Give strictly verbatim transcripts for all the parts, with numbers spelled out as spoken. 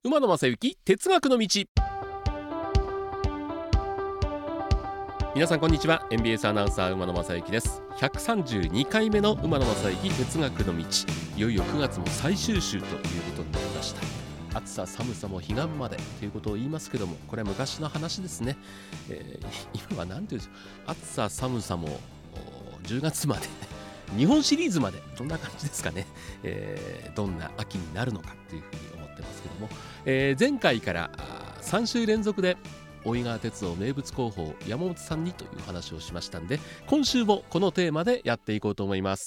馬野正幸哲学の道。皆さんこんにちは。 エムビーエス アナウンサー馬野正幸です。ひゃくさんじゅうにかいめの馬野正幸哲学の道、いよいよくがつも最終週ということになりました。暑さ寒さも彼岸までということを言いますけども、これは昔の話ですね、えー、今は何ていうんですか、暑さ寒さもじゅうがつまで日本シリーズまでどんな感じですかね、えー、どんな秋になるのかというふうに思ってますけども、えー、前回からさん週連続で大井川鉄道名物広報山本さんにという話をしましたんで、今週もこのテーマでやっていこうと思います。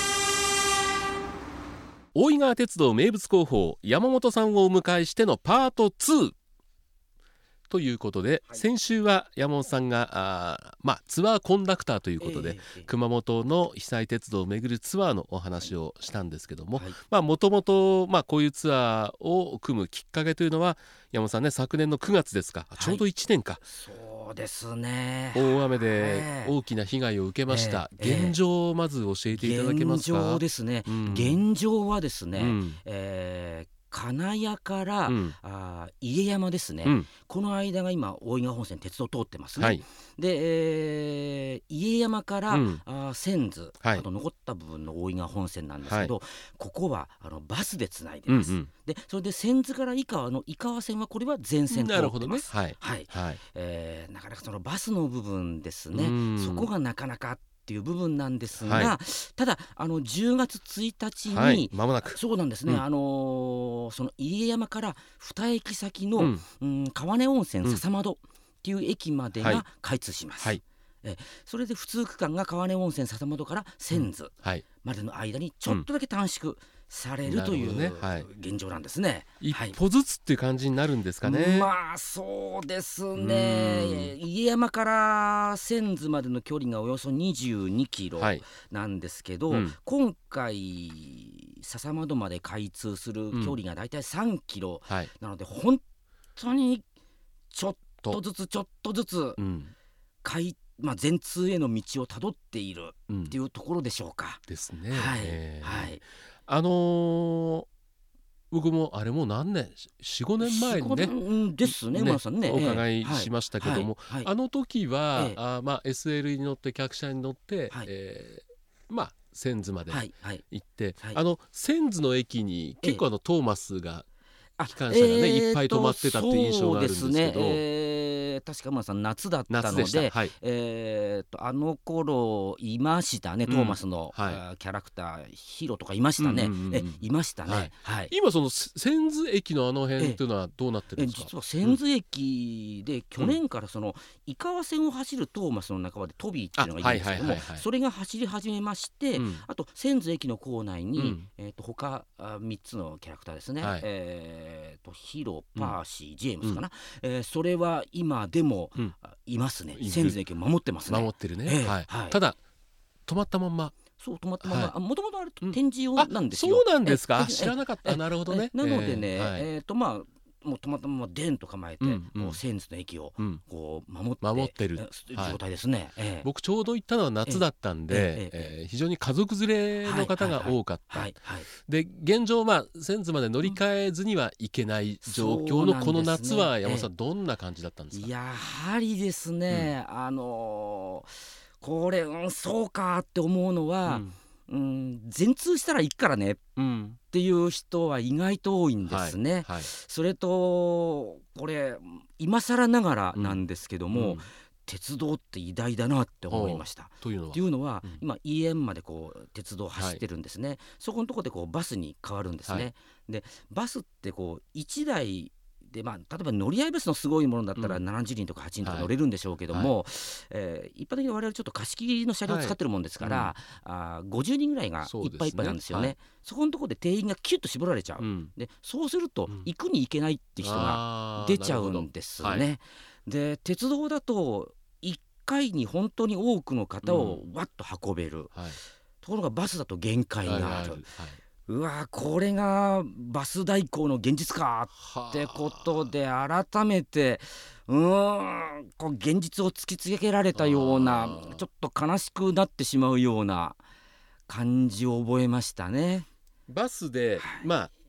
大井川鉄道名物広報山本さんをお迎えしてのパートツーということで、はい、先週は山本さんがあ、まあ、ツアーコンダクターということで、えー、熊本の被災鉄道を巡るツアーのお話をしたんですけども、もともとこういうツアーを組むきっかけというのは山本さんね、昨年のくがつですか、はい、ちょうどいちねんか、 そうですね、 大雨で大きな被害を受けました、えー、現状をまず教えていただけますか。 現状ですね、うん、現状はですね、うん、えー金谷から、うん、あ家山ですね、うん、この間が今大井川本線鉄道通ってますね、はい、で、えー、家山から、うん、あ千頭、はい、あと残った部分の大井川本線なんですけど、はい、ここはあのバスでつないでます、うんうん、でそれで千頭から井川の井川線はこれは全線通ってます。なるほどね、はいはいはい、えー、なかなかそのバスの部分ですね、そこがなかなかっていう部分なんですが、はい、ただあのじゅうがつついたちに、はい、間もなくそうなんですね、うん、あのー、その家山からに駅先の、うんうん、川根温泉笹窓っていう駅までが開通します、はいはい、えそれで普通区間が川根温泉笹窓から千頭までの間にちょっとだけ短縮されるという、ね、はい、現状なんですね。 一歩ずつっていう感じになるんですかね。 まあそうですね、家山から千頭までの距離がおよそにじゅうにキロなんですけど、はい、うん、今回笹窓まで開通する距離がだいたいさんキロ、うん、はい、なので本当にちょっとずつちょっとずつ、うん、開まあ、全通への道をたどっているっていうところでしょうか、 うん、ですね、 はい、 えーはい、 あのー、僕もあれも何年 よん,ご 年前にねですね、ね、馬さんね、 お伺いしましたけども、はいはいはい、あの時は、ええ、あまあ、エスエル に乗って客車に乗って、はい、えー、まあ千頭まで行って、はいはい、あの千頭の駅に結構あのトーマスが機関車がね、えー、いっぱい止まってたっていう印象があるんですけど、そうですね、えー、確か馬さん夏だったの で, で、はい、えー、とあの頃いましたね、トーマスの、うん、はい、キャラクターヒロとかいましたね、うんうんうん、えいましたね、はいはい、 今その千頭駅のあの辺っていうのはどうなってるんですか。 え実は千頭駅で去年からその井川線を走るトーマスの仲間でトビーっていうのがいるんですけども、はいはいはいはい、それが走り始めまして、うん、あと千頭駅の構内に、うん、えー、と他みっつのキャラクターですね、はい、えーえー、とヒロ、パーシー、うん、ジェームスかな、うん、えー、それは今でも、うん、いますね。千頭駅を守ってますね。 守ってるね、えーはいはい、ただ止まったまんま、 そう止まったまま、もともとあれ展示用なんですよ、 うん、そうなんですか、知らなかった。なるほどね。 なのでね、えーはい、えーとまあもう止まったままデンと構えて、うんうん、こう千頭の駅をこう守って、 守ってる状態ですね、はい、えー、 僕ちょうど行ったのは夏だったんで、えーえーえー、非常に家族連れの方が多かった、はいはいはい、で現状、まあ、千頭まで乗り換えずにはいけない状況のこの夏は、山本さん、えー、どんな感じだったんですか。 やはりですね、うん、あのー、これ、うん、そうかって思うのは、うんうん、全通したらいいからね、うん、っていう人は意外と多いんですね、はいはい、それとこれ今更ながらなんですけども、うんうん、鉄道って偉大だなって思いました。というのは、っていうのは、うん、今 イーエム までこう鉄道走ってるんですね、はい、そこのところでこうバスに変わるんですね、はい、でバスってこういちだいで、まあ、例えば乗り合いバスのすごいものだったらななじゅうにんとかはちにんとか乗れるんでしょうけども、はい、えー、一般的に我々ちょっと貸し切りの車両を使ってるもんですから、はい、うん、あごじゅうにんぐらいがいっぱいいっぱいなんですよ ね, そ, ね、はい、そこのところで定員がキュッと絞られちゃう、うん、でそうすると行くに行けないって人が出ちゃうんですね、はい、で鉄道だといっかいに本当に多くの方をわっと運べる、うん、はい、ところがバスだと限界がある、はいはいはい、うわこれがバス代行の現実かってことで改めてうーんこう現実を突きつけられたようなちょっと悲しくなってしまうような感じを覚えましたね。 バスで、はい、まあ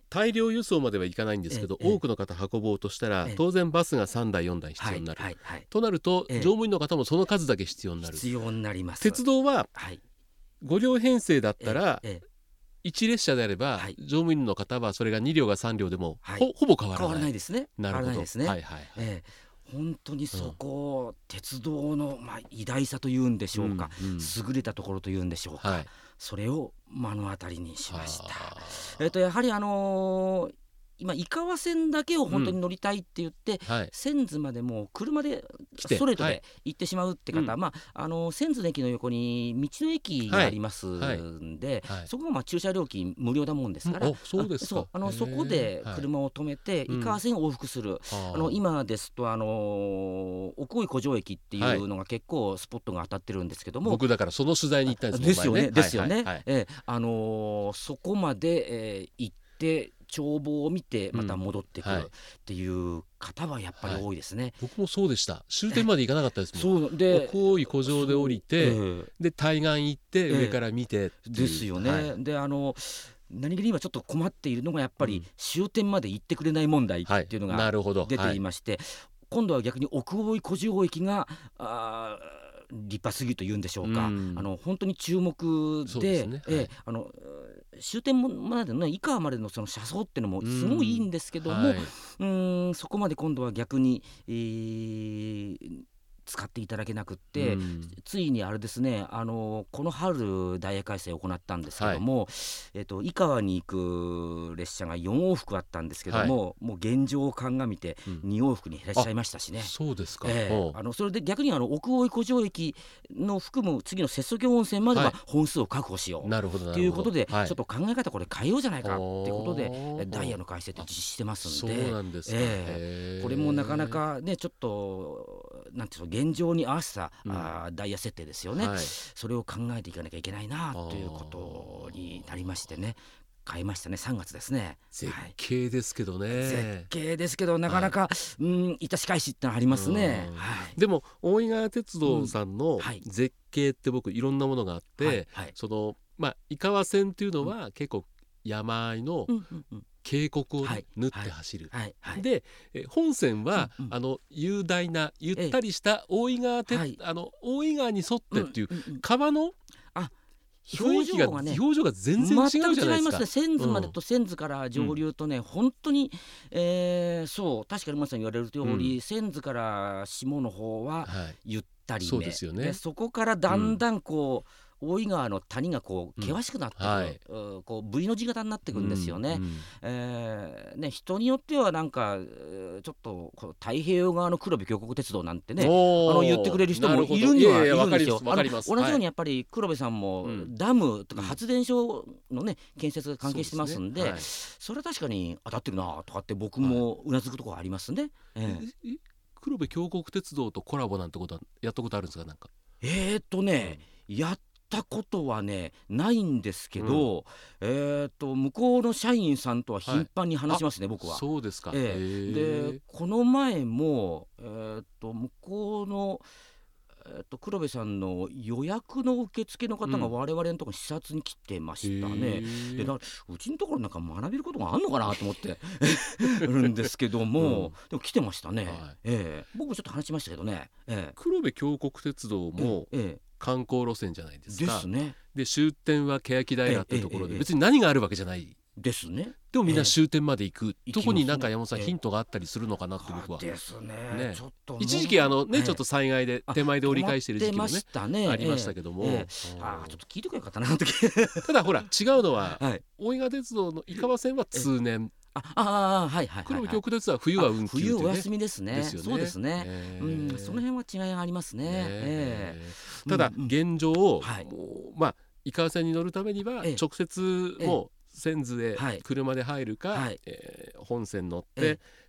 大量輸送まではいかないんですけど、多くの方運ぼうとしたら当然バスがさんだいよんだい必要になる、はいはいはい、となると乗務員の方もその数だけ必要になる。 必要になります。 鉄道はご両編成だったらいち列車であれば乗務員の方はそれがに両がさん両でも ほ, ほぼ変わらない。 変わらないですね。 なるほど。 変わらないですね。 はいはいはい、 えー本当にそこ、うん、鉄道の、まあ、偉大さというんでしょうか、うんうん、優れたところというんでしょうか、はい、それを目の当たりにしました。えーとやはりあのー今井川線だけを本当に乗りたいって言って、うんはい、千頭までもう車でストレートで行ってしまうって方、はい、まあ、あの千頭の駅の横に道の駅がありますんで、はいはい、そこがまあ駐車料金無料だもんですから、うん、 そうですか。 そうあのそこで車を止めて井川線を往復する、うん、あの今ですとあの奥大井湖上駅っていうのが結構スポットが当たってるんですけども、 僕だからその取材に行ったんですよね。ですよね。 はいはいはい、 えーあのー、そこまで、えー、行って眺望を見てまた戻ってくるっていう方はやっぱり多いですね、はい、 僕もそうでした。終点まで行かなかったですもん。そうで奥大井湖上で降りて、えー、で対岸行って上から見て、 えー、ですよね、はい、であの何気に今ちょっと困っているのがやっぱり終点まで行ってくれない問題っていうのが出ていまして、はい、今度は逆に奥大井湖上駅があ立派すぎるというんでしょうか、うん、あの本当に注目 で, で、ねはい、えあの終点までの、ね、井川までのその車窓っていうのもすごいいいんですけども、うんはい、うーんそこまで今度は逆に、えー使っていただけなくって、うん、ついにあれですね、あのこの春ダイヤ改正を行ったんですけども、はい、えーと、井川に行く列車がよん往復あったんですけども、はい、もう現状を鑑みてに往復に減らしちゃいましたしね、うん、 そうですか、 えー、あのそれで逆にあの奥大井湖上駅の含む次の接続温泉までは本数を確保しよう、はい、ということで、はい、ちょっと考え方これ変えようじゃないかってことでダイヤの改正って実施してますんで、 そうなんですか、 えー、これもなかなかねちょっとなんていうの現状に合わせた、うん、あダイヤ設定ですよね、はい、それを考えていかなきゃいけないなということになりましてね、変えましたね。さんがつですね。 絶景ですけどね、はい、 絶景ですけどなかなか、はい、うんいたし返しってのありますね、はい、 でも大井川鉄道さんの絶景って僕いろんなものがあって、はいはい、そのまあ井川線っていうのは結構山あいの、うんうんうん渓谷を縫って走る、はいはいはい、で本線は、うんうん、あの雄大なゆったりした大井川、はい、あの大井川に沿ってっていう、うんうんうん、川の雰囲気が、ね、表情が全然違うじゃないですか。全く違いますね。千頭までと千頭から上流とね、うん、本当に、えー、そう確かに皆さん言われる通り、うん、千頭から下の方はゆったりめ、はい、そうですよね。でそこからだんだんこう、うん大井川の谷がこう険しくなってくる、うんはい、こう V の字型になってくるんですよね、うんうんえー、ね人によってはなんかちょっとこう太平洋側の黒部峡谷鉄道なんてねあの言ってくれる人もいるにはいるんですよ。同じようにやっぱり黒部さんもダムとか発電所のね建設が関係してますんで、うん そ, で、ねはい、それは確かに当たってるなとかって僕もうなずくところありますね、はいえー、 黒部峡谷鉄道とコラボなんてことはやったことあるんですか？なんかえーっとね、うん、やったことはねないんですけど、うん、えー、と向こうの社員さんとは頻繁に話しますね、はい、僕は。 そうですか、 えー、でこの前も、えー、と向こうの、えー、と黒部さんの予約の受付の方が我々のところに視察に来てましたね、うん、でだうちのところなんか学べることがあるのかなと思ってるんですけども、うん、でも来てましたね、はいえー、僕もちょっと話しましたけどね、えー、 黒部峡谷鉄道も、えーえー観光路線じゃないですか。 ですね。 で終点は欅平ってところで別に何があるわけじゃないですね。 でもみんな終点まで行く、えー、どこになんか山本さんヒントがあったりするのかなって僕はですね。ねちょっと一時期あのね、えー、ちょっと災害で手前で折り返してる時期も ね, ねありましたけども、えーえー、あちょっと聞いてくれよかったなってただほら違うのは、はい、大井川鉄道の井川線は通年、 ああはいはいはい、 黒部峡谷鉄道は冬は運休、ね、 冬お休みですね。ですよね。そうですね、えーうん、その辺は違いがありますね、えー、ただ現状、うんはい、まあ井川線に乗るためには直接もう千頭へ車で入るか、はいえー、本線乗って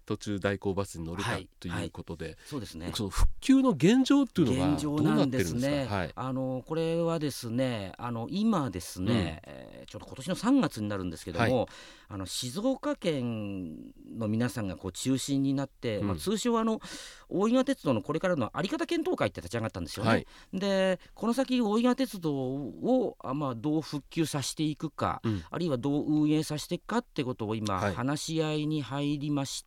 途中代行バスに乗れた、はい、ということで、はい、 そうですね、 その復旧の現状っていうのはどうなってるんですか？ 現状なんですね、はい、あのこれはですね、あの今ですね、うんえー、ちょうど今年のさんがつになるんですけども、はい、あの静岡県の皆さんがこう中心になって、うんまあ、通称あの大井川鉄道のこれからの在り方検討会って立ち上がったんですよね、はい、でこの先大井川鉄道をあ、まあ、どう復旧させていくか、うん、あるいはどう運営させていくかってことを今、はい、話し合いに入りまして、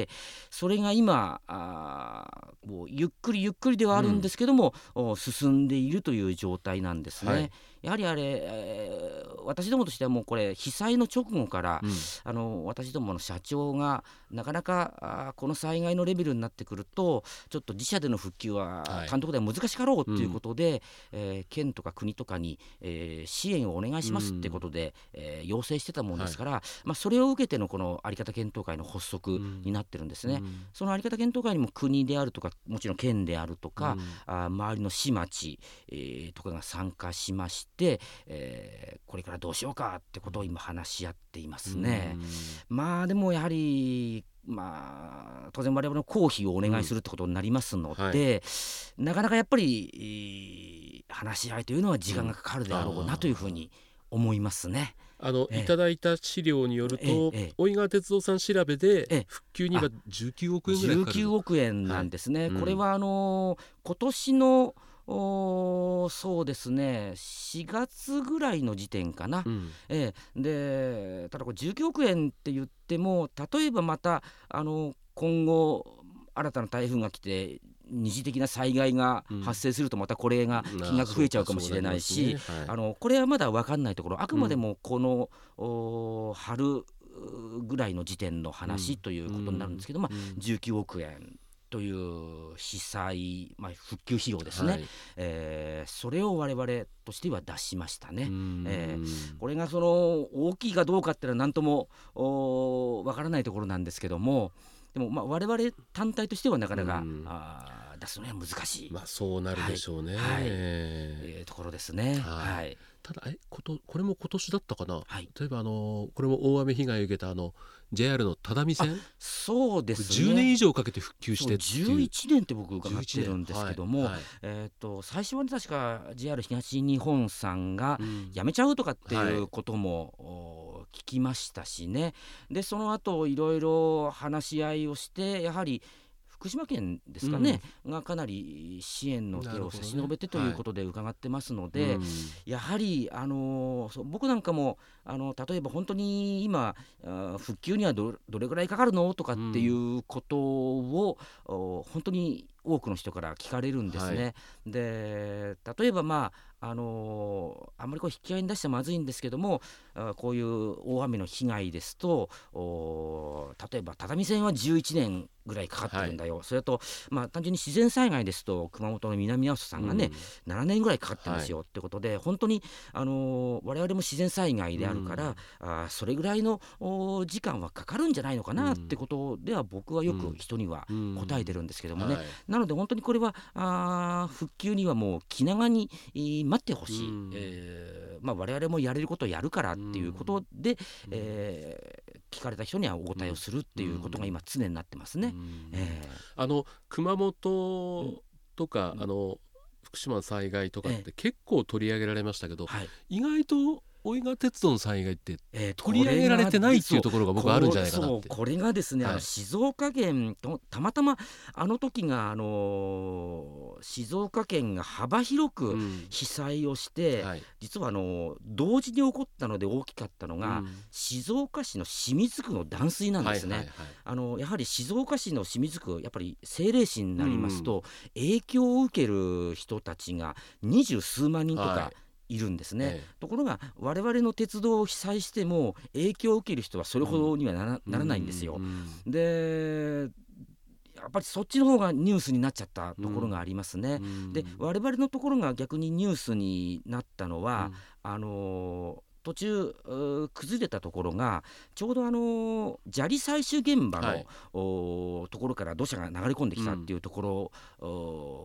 それが今あもうゆっくりゆっくりではあるんですけども、うん、進んでいるという状態なんですね、はい、やはりあれ、えー、私どもとしてはもうこれ被災の直後から、うん、あの私どもの社長がなかなかあこの災害のレベルになってくるとちょっと自社での復旧は単独では難しかろうということで、はいえー、県とか国とかに、えー、支援をお願いしますってことで、うんえー、要請してたもんですから、はいまあ、それを受けてのこの在り方検討会の発足になってるんですね、うん、その在り方検討会にも国であるとかもちろん県であるとか、うん、あ周りの市町、えー、とかが参加しまして、えー、これからどうしようかってことを今話し合っていますね、うん、まあでもやはりまあ、当然我々の公費をお願いするってことになりますので、うんはい、なかなかやっぱり話し合いというのは時間がかかるであろうなというふうに思いますね。 あのええ、いただいた資料によると、ええ、大井川鉄道さん調べで復旧にはじゅうきゅうおくえんぐらいかかる。 じゅうきゅうおくえんなんですね、はい、これはあのー、今年のそうですねしがつぐらいの時点かな、うんええ、でただこれじゅうきゅうおくえんって言っても例えばまたあの今後新たな台風が来て二次的な災害が発生するとまたこれが金額増えちゃうかもしれないし、うんねはい、あのこれはまだ分かんないところあくまでもこの、うん、春ぐらいの時点の話ということになるんですけど、うんまあ、じゅうきゅうおくえんという被災、まあ、復旧費用ですね、はいえー、それを我々としては出しましたね、えー、これがその大きいかどうかっていうのは何ともわからないところなんですけどもでもまあ我々単体としてはなかなかあ出すのは難しい、 まあ、そうなるでしょうね、 はいはいえー、ところですね、はいはい、 ただえことこれも今年だったかな、はい、例えばあのこれも大雨被害を受けたあの ジェイアール の只見線そうですねじゅうねん以上かけて復旧してっていうじゅういちねんって僕伺ってるんですけども、はいはいえー、と最初は、ね、確か ジェイアール 東日本さんが辞めちゃうとかっていうことも、はい、聞きましたしねでその後いろいろ話し合いをしてやはり福島県ですかね、うん、がかなり支援の手を差し伸べてということで伺ってますので、ねはい、やはり、あのー、僕なんかもあの例えば本当に今復旧には ど, どれぐらいかかるのとかっていうことを、うん、本当に多くの人から聞かれるんですね、はい、で例えばまああのー、あんまりこう引き合いに出してまずいんですけどもこういう大雨の被害ですと例えば只見線はじゅういちねんぐらいかかってるんだよ、はい、それと、まあ、単純に自然災害ですと熊本の南阿蘇さんがね、うん、ななねんぐらいかかってるんですよ、はい、ってことで本当に、あのー、我々も自然災害であるから、うん、あそれぐらいの時間はかかるんじゃないのかなってことでは僕はよく人には答えてるんですけどもね、うんはい、なので本当にこれはあ復旧にはもう気長に待ってほしい、うんえーまあ、我々もやれることをやるからっていうことで、うんえー、聞かれた人にはお答えをするっていうことが今常になってますね、うんえー、あの熊本とか、うん、あの福島の災害とかって結構取り上げられましたけど、ええ、意外と大井川鉄道の災害って取り上げられてないっていうところが僕はあるんじゃないかなって。 これがですね、はい、あの静岡県とたまたまあの時が、あのー、静岡県が幅広く被災をして、うんはい、実はあの同時に起こったので大きかったのが、うん、静岡市の清水区の断水なんですね、はいはいはい、あのやはり静岡市の清水区やっぱり政令市になりますと、うん、影響を受ける人たちが二十数万人とか、はいいるんですね、ええ、ところが我々の鉄道を被災しても影響を受ける人はそれほどには な ら,、うん、ならないんですよ、うん、でやっぱりそっちの方がニュースになっちゃったところがありますね、うん、で我々のところが逆にニュースになったのは、うん、あの途中崩れたところがちょうどあの砂利採取現場の、はい、ところから土砂が流れ込んできたっていうところ、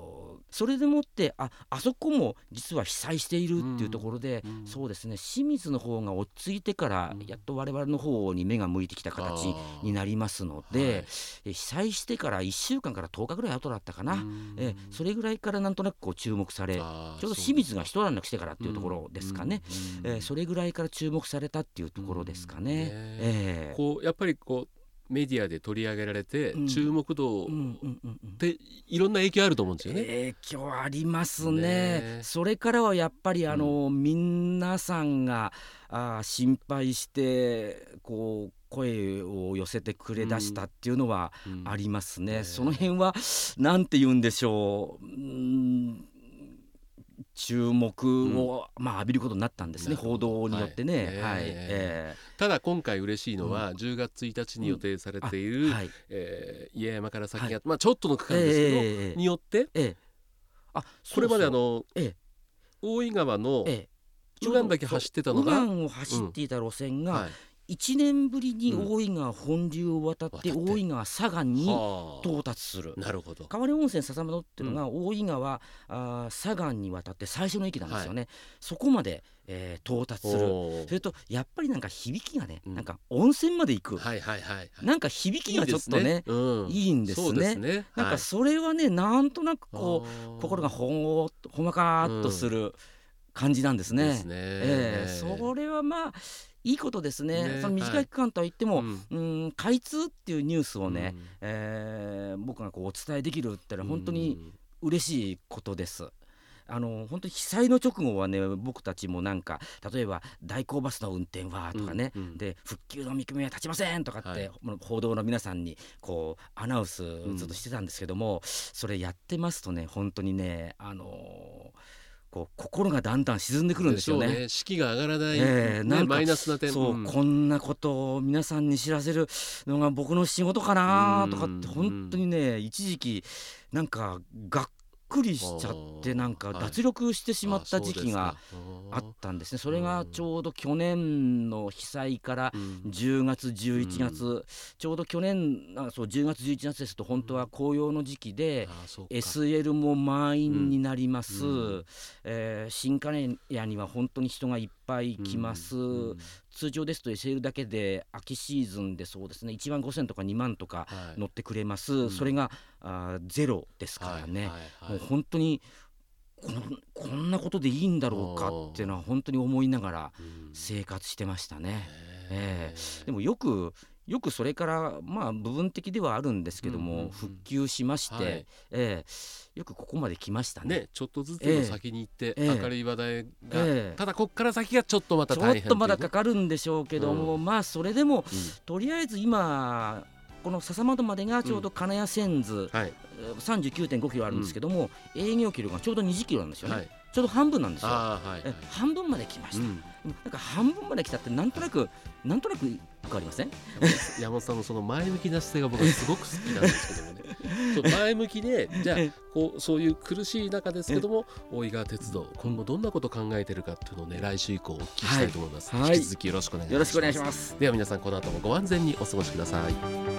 それでもってああそこも実は被災しているっていうところで、うんうん、そうですね、清水の方が落ち着いてからやっと我々の方に目が向いてきた形になりますので、はい、被災してからいっしゅうかんからとおかぐらい後だったかな、えそれぐらいからなんとなくこう注目され、ちょうど清水が一段落してからっていうところですかね、えそれぐらいから注目されたっていうところですかね。ねえー、 こうやっぱりこうメディアで取り上げられて、うん、注目度っていろんな影響あると思うんですよね。 影響ありますね。ね、それからはやっぱりあの、うん、皆さんがあ心配してこう声を寄せてくれだしたっていうのはありますね。うんうん、その辺はなんて言うんでしょう、うん注目を、うんまあ、浴びることになったんですね、報道によってね。はいはいえー、ただ今回嬉しいのは、うん、じゅうがつついたちに予定されている、うんはいえー、家山から先が、はいまあ、ちょっとの区間ですけど、えー、によって、えー、あこれまであの、えー、大井川の右岸だけ走ってたのが右岸を走っていた路線が、うんはいいちねんぶりに大井川本流を渡って、うん、大井川左岸に到達する。 なるほど。 川根温泉笹窓っていうのが、うん、大井川あ左岸に渡って最初の駅なんですよね、はい、そこまで、えー、到達する。それとやっぱりなんか響きがね、うん、なんか温泉まで行く、はいはいはいはい、なんか響きがちょっとねいいですね、うん、いいんですね。そうですね、なんかそれはねなんとなくこう心がほーほまかーっとする感じなんですね。ですね、えー、それはまあいいことですね。ねその短い期間とは言っても、はいうん、開通っていうニュースをね、うんえー、僕がこうお伝えできるってのは本当に嬉しいことです。あの本当に被災の直後はね僕たちもなんか例えば代行バスの運転はとかね、うんうん、で復旧の見込みは立ちませんとかって、はい、報道の皆さんにこうアナウンスずっとしてたんですけども、うん、それやってますとね本当にねあのーこう心がだんだん沈んでくるんですよね。 でしょうね、士気が上がらない、えー、なんかマイナスな点、 そう、うん、こんなことを皆さんに知らせるのが僕の仕事かなとかって本当にね一時期なんかがっくりしちゃってなんか脱力してしまった時期があったんですね。それがちょうど去年の被災からじゅうがつじゅういちがつ、うん、ちょうど去年あそうじゅうがつじゅういちがつですと本当は紅葉の時期で、うん、エスエル も満員になります、うんえー、新金谷には本当に人がいっぱい来ます、うんうん、通常ですと エスエル だけで秋シーズンでそうですねいちまんごせんとかにまんとか乗ってくれます、はい、それがあゼロですからね、はいはいはい、もう本当にこん、こんなことでいいんだろうかっていうのは本当に思いながら生活してましたね、えー、でもよくよくそれからまあ部分的ではあるんですけども、うんうんうん、復旧しまして、はいえー、よくここまで来ました ね, ねちょっとずつの先に行って、えー、明るい話題が、えー、ただここから先がちょっとまた大変、ね、 ちょっとまだかかるんでしょうけども、うん、まあそれでも、うん、とりあえず今この笹窓までがちょうど金谷千頭、うんはい、さんじゅうきゅうてんごキロあるんですけども、うん、営業キロがちょうどにじゅっキロなんですよね、はい、ちょうど半分なんですよ、はいはい、え半分まで来ました、うん、なんか半分まで来たってなんとなくなんとなく変わりません？ 山本さんのその前向きな姿勢が僕はすごく好きなんですけどもねそう前向きでじゃあこうそういう苦しい中ですけども大井川鉄道今後どんなことを考えているかっていうのをね来週以降お聞きしたいと思います、はい、引き続きよろしくお願いします。 よろしくお願いします。 では皆さんこの後もご安全にお過ごしください。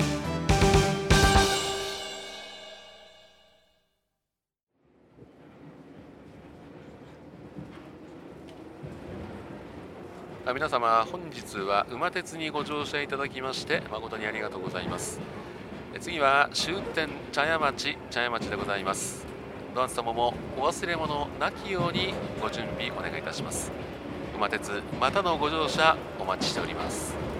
皆様本日は馬鉄にご乗車いただきまして誠にありがとうございます。次は終点茶屋町茶屋町でございます。どなた様もお忘れ物なきようにご準備お願いいたします。馬鉄またのご乗車お待ちしております。